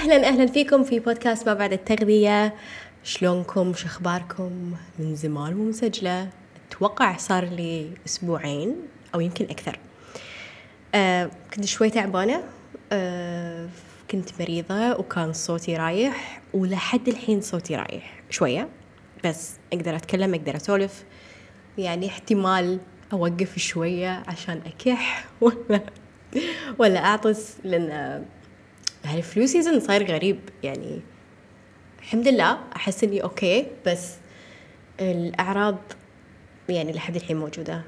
أهلا فيكم في بودكاست ما بعد التغذية. شلونكم؟ شخباركم؟ من زمان مو مسجلة، أتوقع صار لي أسبوعين أو يمكن أكثر. كنت شوي تعبانة، كنت مريضة وكان صوتي رايح، ولحد الحين صوتي رايح شوية، بس أقدر أتكلم، أقدر أسولف. يعني احتمال أوقف شوية عشان أكح ولا أعطس، لأن هالفلو سيزن صاير غريب. يعني الحمد لله أحس إني أوكي، بس الأعراض يعني لحد الحين موجودة.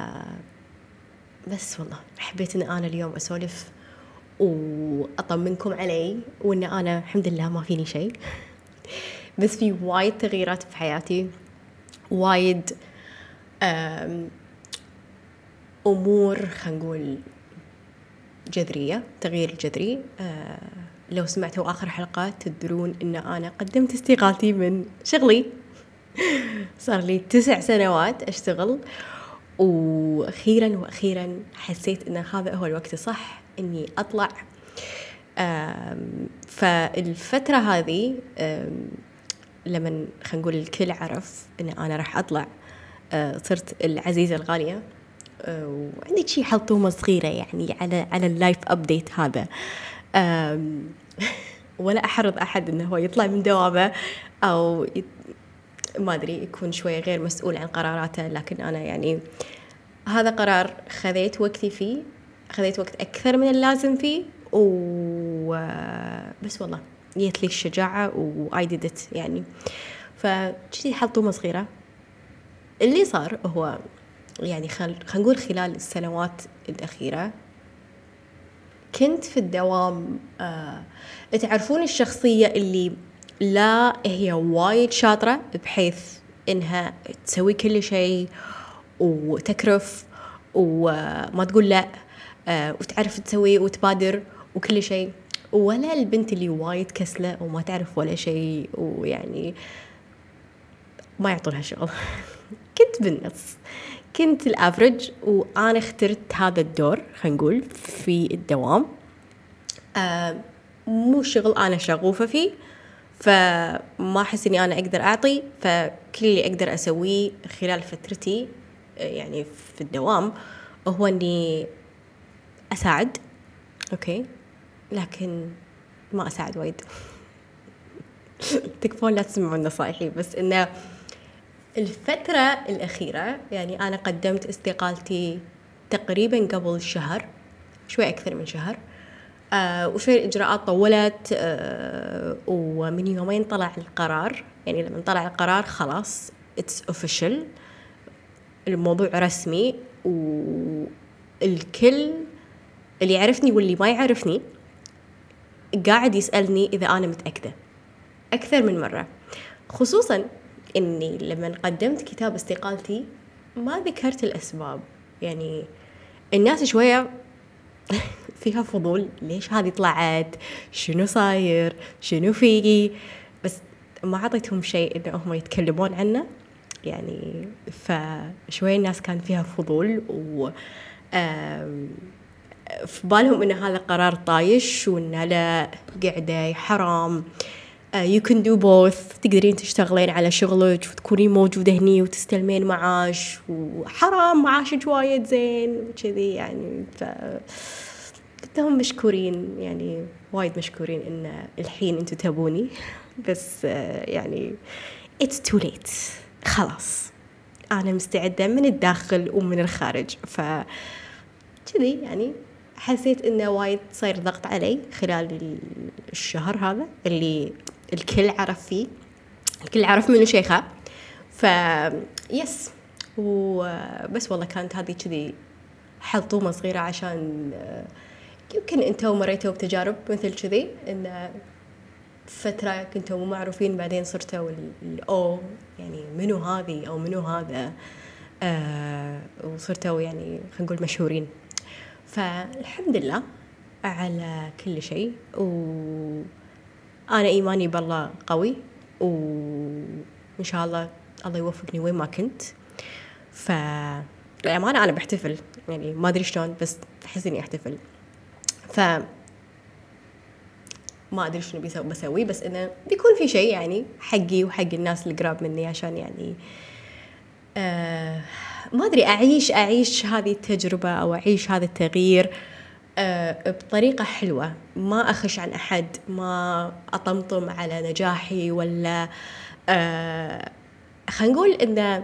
بس والله حبيت إن أنا اليوم أسولف وأطمنكم علي، وإن أنا الحمد لله ما فيني شيء. بس في وايد تغييرات في حياتي، وايد أمور خلينا نقول جذرية، تغيير جذري. لو سمعتوا آخر حلقة تدرون إن أنا قدمت استقالتي من شغلي. صار لي 9 سنوات أشتغل، وأخيرا حسيت إن هذا هو الوقت الصح إني أطلع. فالفترة هذه لما خلينا نقول الكل عرف إن أنا راح أطلع، صرت العزيزة الغالية، وعندي شي حلطومة صغيرة يعني على اللايف أبديت هذا. ولا أحرض أحد إنه هو يطلع من دوامه أو ما أدري يكون شوية غير مسؤول عن قراراته، لكن أنا يعني هذا قرار خذيت وقتي فيه، خذيت وقت أكثر من اللازم فيه، بس والله جيت لي الشجاعة وI did it يعني. فجدي حلطومة صغيرة. اللي صار هو يعني خلينا نقول خلال السنوات الأخيرة كنت في الدوام. تعرفون الشخصية اللي لا هي وايد شاطرة بحيث إنها تسوي كل شيء وتكرف وما تقول لا، وتعرف تسوي وتبادر وكل شيء، ولا البنت اللي وايد كسلة وما تعرف ولا شيء ويعني ما يعطونها شغل. كنت بالنص، كنت الافرج، وأنا اخترت هذا الدور خلينا نقول في الدوام. مو شغل أنا شغوفة فيه، فما أحس إني أنا أقدر أعطي، فكل اللي أقدر أسويه خلال فترتي يعني في الدوام هو إني أساعد، أوكي، لكن ما أساعد وايد. تكفون لا تسمعون نصايحي، بس إنه الفترة الأخيرة يعني أنا قدمت استقالتي تقريبا قبل شهر، شوي أكثر من شهر. وشوي الإجراءات طولت، ومن يومين طلع القرار. يعني لما طلع القرار خلاص it's official، الموضوع رسمي، والكل اللي يعرفني واللي ما يعرفني قاعد يسألني إذا أنا متأكدة أكثر من مرة، خصوصاً إني لما قدمت كتاب استقالتي ما ذكرت الأسباب. يعني الناس شوية فيها فضول، ليش هذه طلعت، شنو صاير، شنو فيكي، بس ما عطيتهم شيء إنه هم يتكلمون عنه. يعني فشوية الناس كان فيها فضول، و في بالهم إن هذا قرار طايش، وإنه لا قاعدة حرام. you can do both، تقدرين تشتغلين على شغلك وتكونين موجودة هني وتستلمين معاش، وحرام معاشك وايد زين وكذي يعني. قلت لهم مشكورين، يعني وايد مشكورين إن الحين أنتوا تبوني، بس يعني it's too late، خلاص أنا مستعدة من الداخل ومن الخارج. كذي يعني حسيت إنه وايد صاير ضغط علي خلال الشهر هذا اللي الكل عرف فيه، الكل عرف منه شيخة. يس، وبس والله كانت هذه كذي حلطومة صغيرة، عشان يمكن انتوا مريتوا بتجارب مثل كذي، ان فترة كنتوا مو معروفين بعدين صرتوا او يعني منو هذه او منو هذا، وصرتوا يعني خلينا نقول مشهورين. فالحمد لله على كل شيء، وأنا إيماني بالله قوي، وإن شاء الله يوفقني وين ما كنت. فالأمانة أنا بحتفل، يعني ما أدري شلون، بس أحس إني أحتفل. ما أدري شنو بسوي، بس إنه بيكون في شيء يعني حقي وحق الناس اللي قراب مني، عشان يعني ما أدري أعيش هذه التجربة أو أعيش هذا التغيير بطريقة حلوة، ما أخش عن أحد، ما أطمطم على نجاحي، ولا خلينا نقول إنه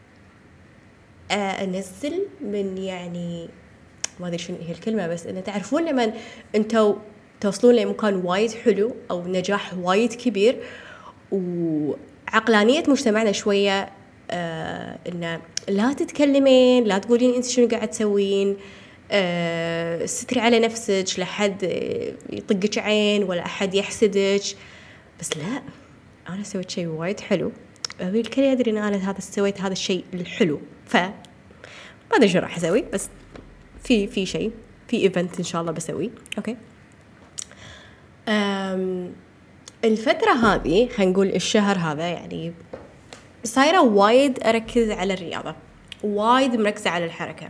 أنزل من يعني ما أدري شنو هي الكلمة، بس إنه تعرفون لما أنتوا توصلون لمكان وايد حلو أو نجاح وايد كبير، وعقلانية مجتمعنا شوية إنه لا تتكلمين، لا تقولين أنت شنو قاعد تسوين، ستري على نفسك، لحد يطقك عين ولا أحد يحسدك. بس لا، أنا سويت شيء وايد حلو، الكل يدري إن أنا سويت هذا الشيء الحلو، ما أدري شو راح أسوي، بس في شيء، في إيفنت إن شاء الله بسوي. أوكي. الفترة هذه خلينا نقول الشهر هذا يعني صايرة وايد أركز على الرياضة، وايد مركزة على الحركة،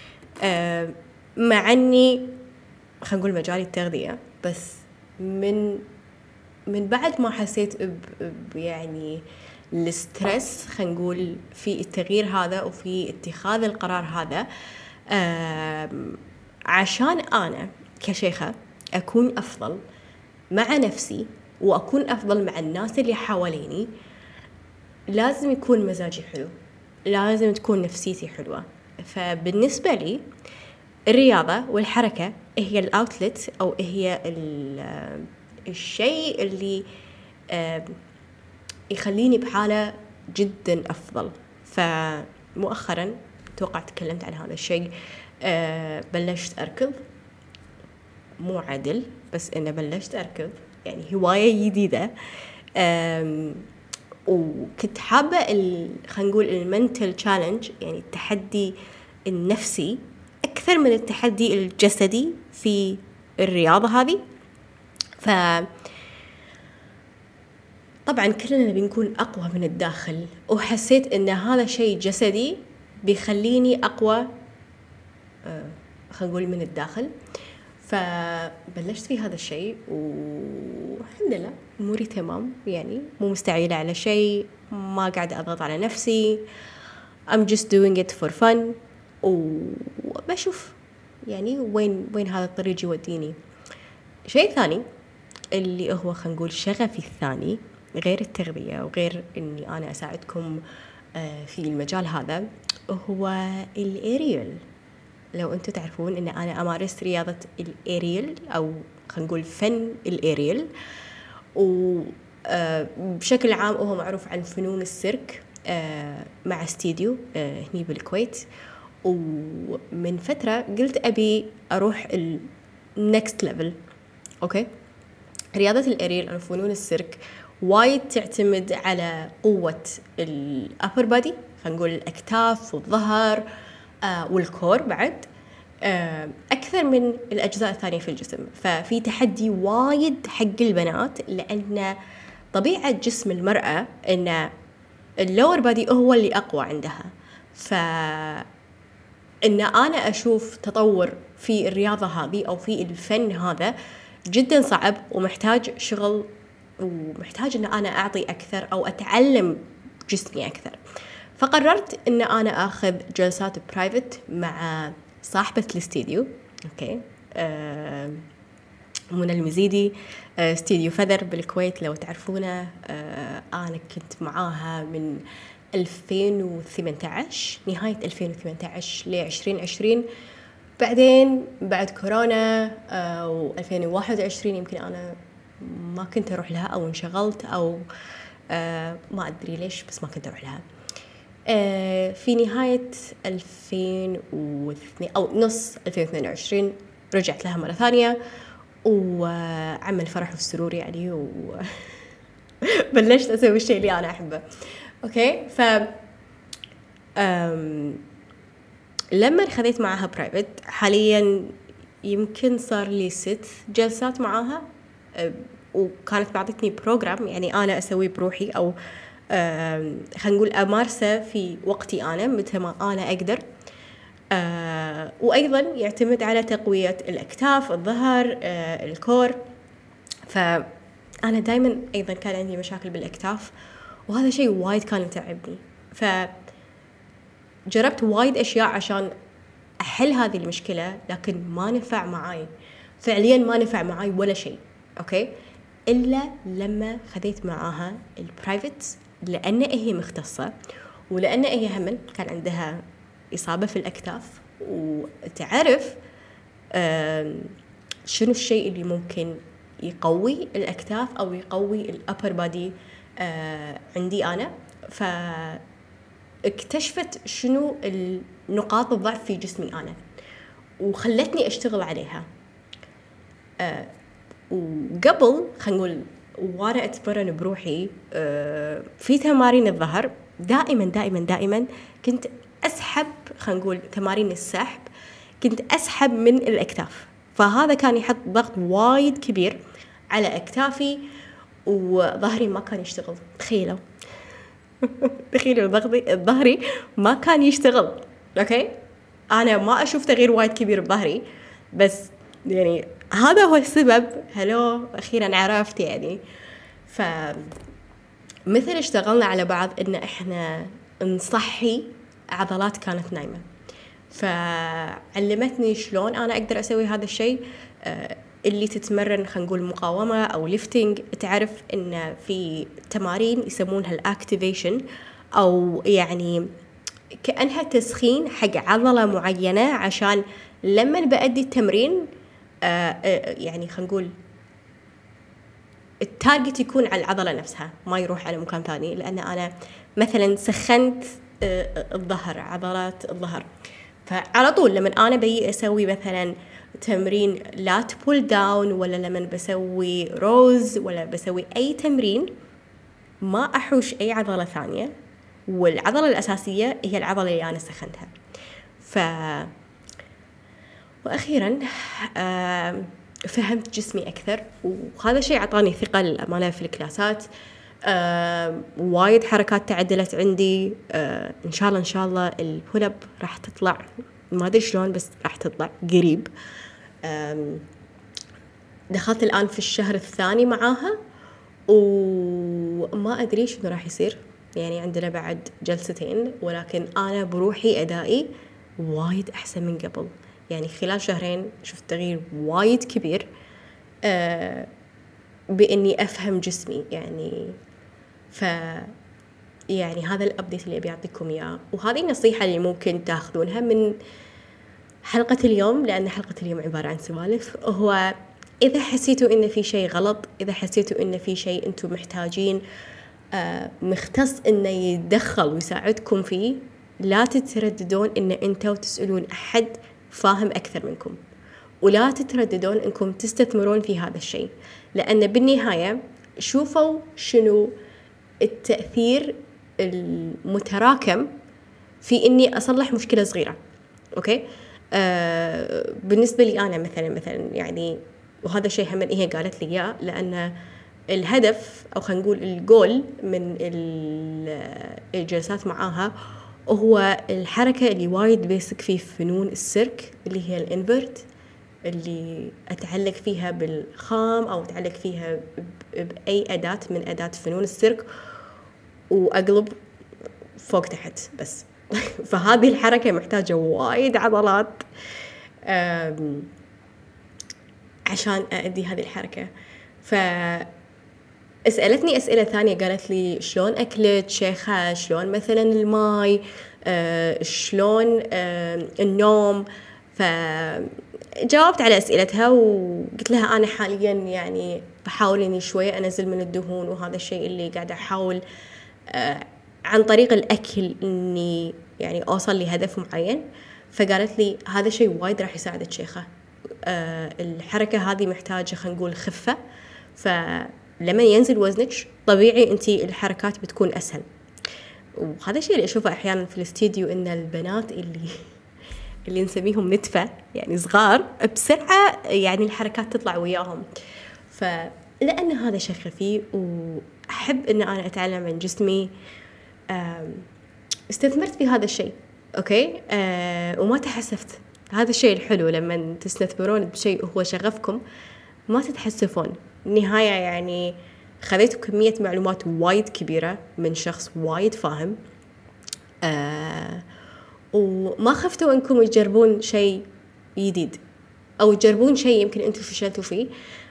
مع أني خلينا نقول مجالي التغذية، بس من بعد ما حسيت يعني الستريس خلينا نقول في التغيير هذا وفي اتخاذ القرار هذا، عشان أنا كشيخة أكون أفضل مع نفسي وأكون أفضل مع الناس اللي حواليني، لازم يكون مزاجي حلو، لازم تكون نفسيتي حلوة. فبالنسبة لي الرياضة والحركة هي الأوتلت، أو هي الشيء اللي يخليني بحالة جدا أفضل. فمؤخرا توقع تكلمت عن هذا الشيء، بلشت أركض، مو عدل بس إنه بلشت أركض، يعني هواية جديدة، وكنت حابة خلينا نقول المنتل تشالنج، يعني التحدي النفسي أكثر من التحدي الجسدي في الرياضة هذه. طبعا كلنا بنكون أقوى من الداخل، وحسيت إن هذا شيء جسدي بيخليني أقوى خلينا نقول من الداخل. فبلشت في هذا الشيء، والحمد لله أموري تمام، يعني مو مستعجلة على شيء، ما قاعدة أضغط على نفسي، I'm just doing it for fun، وبشوف يعني وين هذا الطريق يوديني. شيء ثاني اللي هو خلينا نقول شغفي الثاني غير التغذية وغير إني أنا أساعدكم في المجال هذا، هو الإيريل. لو أنتم تعرفون إن أنا أمارس رياضة الإيريل، أو خلينا نقول فن الإيريل، وبشكل عام هو معروف عن فنون السيرك، مع استديو هني بالكويت. ومن فترة قلت أبي أروح النكست ليفل. أوكي. رياضة الإيريل أو فنون السيرك وايد تعتمد على قوة الأبر بادي، خلينا نقول الأكتاف والظهر والكور بعد، أكثر من الأجزاء الثانية في الجسم. ففي تحدي وايد حق البنات، لأن طبيعة جسم المرأة أن اللور بادي هو اللي أقوى عندها، فإن أنا أشوف تطور في الرياضة هذه أو في الفن هذا جدا صعب، ومحتاج شغل، ومحتاج أن أنا أعطي أكثر أو أتعلم جسمي أكثر. فقررت أن أنا أخذ جلسات برايفت مع صاحبة الاستديو، أوكي، منى المزيدي، استديو فذر بالكويت لو تعرفونه. أنا كنت معاها من 2018، نهاية 2018 ل 2020، بعدين بعد كورونا و2021 يمكن أنا ما كنت أروح لها أو انشغلت أو ما أدري ليش، بس ما كنت أروح لها. في نهاية 2002 أو نص 2022 رجعت لها مرة ثانية، وعمل فرح والسرور يعني، وبلشت أسوي الشيء اللي أنا أحبه. أوكي. لما خذيت معها برايفت، حاليا يمكن صار لي 6 جلسات معها، وكانت بعطتني بروجرام يعني أنا أسوي بروحي، أو خلينا نقول أمارسه في وقتي أنا متى ما أنا أقدر. وأيضا يعتمد على تقوية الأكتاف، الظهر، الكور. فأنا دائما أيضا كان عندي مشاكل بالأكتاف، وهذا شيء وايد كان يتعبني. فجربت وايد أشياء عشان أحل هذه المشكلة، لكن ما نفع معاي فعليا، ما نفع معاي ولا شيء. أوكي، إلا لما خذيت معاها البرايفت، لأن هي مختصة، ولأن هي هم كان عندها إصابة في الأكتاف، وتعرف شنو الشيء اللي ممكن يقوي الأكتاف أو يقوي الأبر بادي عندي أنا. فاكتشفت شنو نقاط الضعف في جسمي أنا، وخلتني أشتغل عليها. وقبل خلينا نقول وانا اتمرن بروحي في تمارين الظهر، دائما كنت اسحب، خلينا نقول تمارين السحب، كنت اسحب من الاكتاف، فهذا كان يحط ضغط وايد كبير على اكتافي، وظهري ما كان يشتغل. تخيلوا ظهري ما كان يشتغل. اوكي، انا ما اشوف تغيير وايد كبير بظهري، بس يعني هذا هو السبب. أخيرا عرفت يعني. فمثل اشتغلنا على بعض إن إحنا نصحي عضلات كانت نايمة، فعلمتني شلون أنا أقدر أسوي هذا الشيء. اللي تتمرن خلينا نقول مقاومة أو ليفتينج، تعرف إن في تمارين يسمونها الأكتيفيشن، أو يعني كأنها تسخين حق عضلة معينة، عشان لما بأدي التمرين يعني خلينا نقول التارجت يكون على العضلة نفسها، ما يروح على مكان ثاني. لأن أنا مثلا سخنت الظهر، عضلات الظهر، فعلى طول لما أنا بيجي أسوي مثلا تمرين لات بول داون، ولا لما بسوي روز، ولا بسوي أي تمرين، ما أحوش أي عضلة ثانية، والعضلة الأساسية هي العضلة اللي أنا سخنتها. وأخيرا فهمت جسمي أكثر، وهذا شيء عطاني ثقة للأمانة في الكلاسات. وايد حركات تعدلت عندي. إن شاء الله البول أب راح تطلع، ما أدري شلون بس راح تطلع قريب. دخلت الآن في الشهر الثاني معاها، وما أدري شنو راح يصير. يعني عندنا بعد جلستين، ولكن أنا بروحي أدائي وايد أحسن من قبل. يعني خلال شهرين شفت تغيير وايد كبير بإني أفهم جسمي يعني. يعني هذا الأبديت اللي أبي أعطيكم إياه، وهذه النصيحة اللي ممكن تأخذونها من حلقة اليوم، لأن حلقة اليوم عبارة عن سوالف. هو إذا حسيتوا إن في شيء غلط، إذا حسيتوا إن في شيء أنتم محتاجين مختص إنه يتدخل ويساعدكم فيه، لا تترددون إن أنتوا تسألون أحد فاهم أكثر منكم، ولا تترددون إنكم تستثمرون في هذا الشيء، لأن بالنهاية شوفوا شنو التأثير المتراكم في إني أصلح مشكلة صغيرة. أوكي، بالنسبة لي أنا مثلا يعني، وهذا الشيء هم هي قالت لي إياه، لأن الهدف أو خلينا نقول الجول من الجلسات معاها هو الحركة اللي وايد بيسك في فنون السيرك، اللي هي الانفرت، اللي أتعلق فيها بالخام أو أتعلق فيها بأي أداة من أداة فنون السيرك، وأقلب فوق تحت بس. فهذه الحركة محتاجة وايد عضلات عشان أؤدي هذه الحركة. فسألتني أسئلة ثانية، قالت لي شلون أكلت شيخة، شلون مثلا الماي، شلون النوم. فجاوبت على أسئلتها وقلت لها أنا حاليا يعني بحاول إني شوية أنزل من الدهون، وهذا الشيء اللي قاعدة أحاول عن طريق الأكل إني يعني أوصل لهدف معين. فقالت لي هذا شيء وايد راح يساعدك شيخة، الحركة هذه محتاجة خلينا نقول خفة، فلما ينزل وزنك طبيعي أنتي الحركات بتكون أسهل. وهذا الشيء اللي أشوفه أحيانا في الاستديو، إن البنات اللي نسميهم نتفة يعني صغار بسرعة يعني الحركات تطلع وياهم. فلأن هذا شيء خفيف وأحب إن أنا أتعلم عن جسمي، استثمرت في هذا الشيء. أوكي، وما تحسفت. هذا الشيء الحلو لما تستثمرون بشيء هو شغفكم، ما تتحسفون. النهاية يعني خذيتوا كمية معلومات وايد كبيرة من شخص وايد فاهم، وما خفتوا انكم تجربون شيء جديد او تجربون شيء يمكن انتم فشلتوا فيه.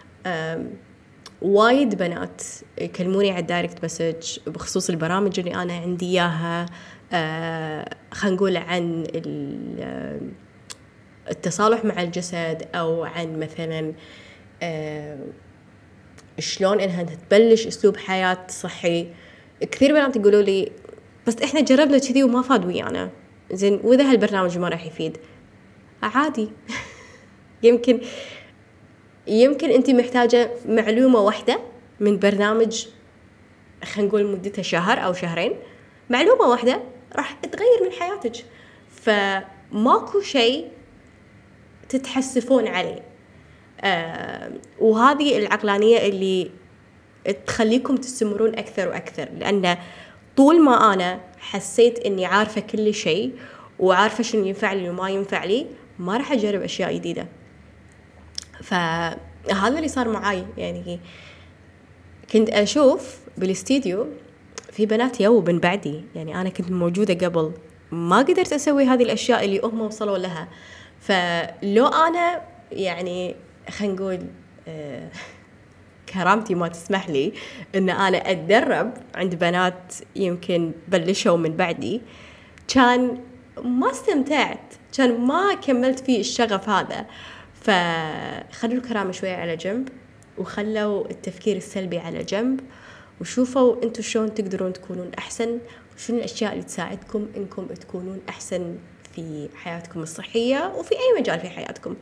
وايد بنات يكلموني على الدايركت مسج بخصوص البرامج اللي انا عندي اياها، خلينا نقول عن التصالح مع الجسد، او عن مثلا شلون انها تبلش اسلوب حياة صحي. كثير بنات يقولوا لي بس احنا جربنا كذي وما فاد ويانا، زين واذا هالبرنامج ما راح يفيد عادي. يمكن انت محتاجة معلومة واحدة من برنامج خلينا نقول مدتها شهر او شهرين، معلومة واحدة راح تغير من حياتك. فماكو شيء تتحسفون عليه. وهذه العقلانية اللي تخليكم تستمرون أكثر وأكثر، لأن طول ما أنا حسيت إني عارفة كل شيء وعارفة شنو ينفع لي وما ينفع لي، ما راح أجرب أشياء جديدة. فهذا اللي صار معاي. يعني كنت أشوف بالاستديو في بنات من بعدي، يعني أنا كنت موجودة قبل ما قدرت أسوي هذه الأشياء اللي هم وصلوا لها. فلو أنا يعني خلينا نقول كرامتي ما تسمح لي ان انا اتدرب عند بنات يمكن بلشوا من بعدي، كان ما استمتعت، كان ما كملت فيه الشغف هذا. فخلوا الكرامة شوية على جنب، وخلوا التفكير السلبي على جنب، وشوفوا انتوا شلون تقدرون تكونون احسن، وشنو الاشياء اللي تساعدكم انكم تكونون احسن في حياتكم الصحية وفي اي مجال في حياتكم.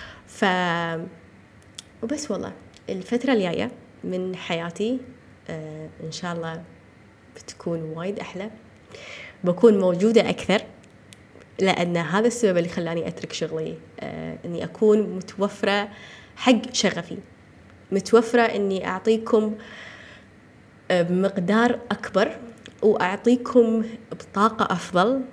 وبس والله الفترة الجاية من حياتي إن شاء الله بتكون وايد أحلى، بكون موجودة أكثر، لأن هذا السبب اللي خلاني أترك شغلي، أني أكون متوفرة حق شغفي، متوفرة أني أعطيكم بمقدار أكبر وأعطيكم بطاقة أفضل،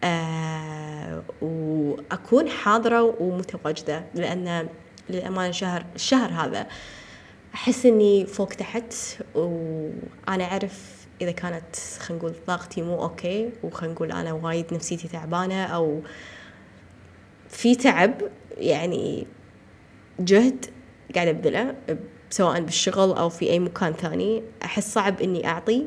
وأكون حاضرة ومتواجدة. لأن للأمانة الشهر هذا أحس أني فوق تحت، وأنا أعرف إذا كانت خلينا نقول ضغطي مو أوكي، وخلينا نقول أنا وايد نفسيتي تعبانة أو في تعب، يعني جهد قاعدة أبذله سواء بالشغل أو في أي مكان ثاني، أحس صعب أني أعطي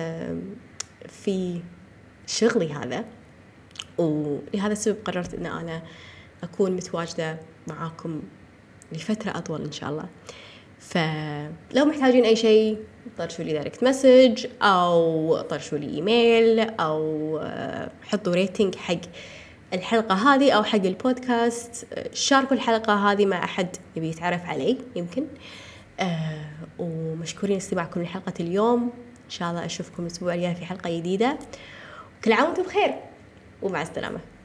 في شغلي هذا. ولهذا السبب قررت أن أنا أكون متواجدة معاكم لفترة أطول إن شاء الله. فلو محتاجين أي شيء طرشوا لي دايركت مسج، أو طرشوا لي إيميل، أو حطوا ريتنج حق الحلقة هذه أو حق البودكاست. شاركوا الحلقة هذه مع أحد يبي يتعرف علي يمكن. ومشكورين استماعكم لحلقة اليوم. إن شاء الله أشوفكم الأسبوع الجاي في حلقة جديدة. كل عام وانتم بخير، ومع السلامة.